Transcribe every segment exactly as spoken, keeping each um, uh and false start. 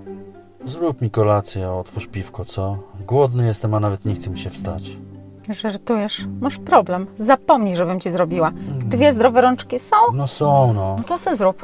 Zrób mi kolację, otwórz piwko, co? Głodny jestem, a nawet nie chce mi się wstać. Żartujesz? Masz problem. Zapomnij, żebym ci zrobiła. Dwie zdrowe rączki są? No są, no. No to se zrób.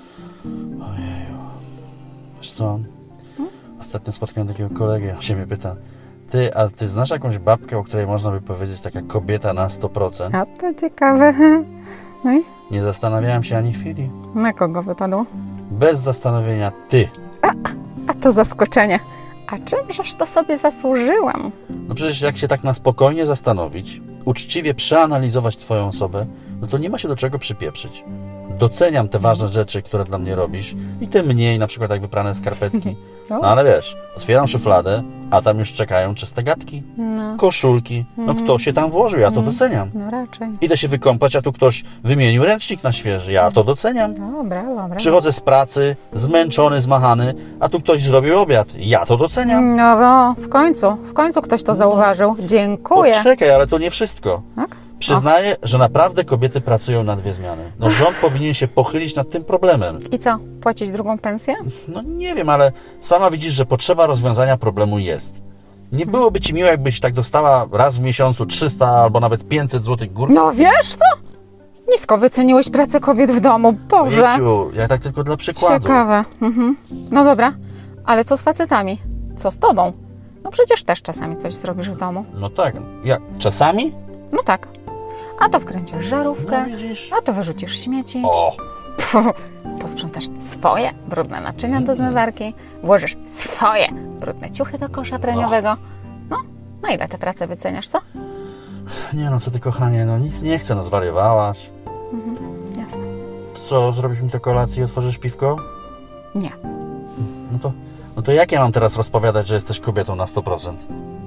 Ojeju. Wiesz co? Ostatnio spotkałem takiego kolegę, on się mnie pyta: Ty, a ty znasz jakąś babkę, o której można by powiedzieć taka kobieta na sto procent? A to ciekawe. No i Nie zastanawiałem się ani chwili. na kogo wypadło? Bez zastanowienia ty. A to zaskoczenie. A czymżeż to sobie zasłużyłam? No przecież jak się tak na spokojnie zastanowić, uczciwie przeanalizować twoją osobę, no to nie ma się do czego przypieprzyć. Doceniam te ważne rzeczy, które dla mnie robisz i te mniej, na przykład jak wyprane skarpetki. No ale wiesz, otwieram szufladę, a tam już czekają czyste gadki, No, koszulki. No kto się tam włożył, ja to doceniam. no raczej. Idę się wykąpać, a tu ktoś wymienił ręcznik na świeży, ja to doceniam. Dobra, dobra. Przychodzę z pracy, zmęczony, zmachany, a tu ktoś zrobił obiad, ja to doceniam. No, no, w końcu, w końcu ktoś to zauważył. Dziękuję. Poczekaj, ale to nie wszystko. Tak? Przyznaję, że naprawdę kobiety pracują na dwie zmiany. No rząd powinien się pochylić nad tym problemem. I co? Płacić drugą pensję? No nie wiem, ale sama widzisz, że potrzeba rozwiązania problemu jest. Nie byłoby ci miło, jakbyś tak dostała raz w miesiącu trzysta albo nawet pięćset złotych gór? No wiesz co? Nisko wyceniłeś pracę kobiet w domu. Boże. Ojciu, ja tak tylko dla przykładu. Ciekawe. Mhm. No dobra, ale co z facetami? Co z tobą? No przecież też czasami coś zrobisz w domu. No tak, ja czasami? No tak. A to wkręcisz żarówkę, No widzisz. a to wyrzucisz śmieci, O, posprzątasz swoje brudne naczynia do zmywarki, włożysz swoje brudne ciuchy do kosza praniowego. No, na ile tę pracę wyceniasz, co? nie no, co ty kochanie, no nic nie chcę, no zwariowałaś. Jasne. Co, zrobisz mi tę kolację i otworzysz piwko? Nie. No to, no to jak ja mam teraz rozpowiadać, że jesteś kobietą na sto procent?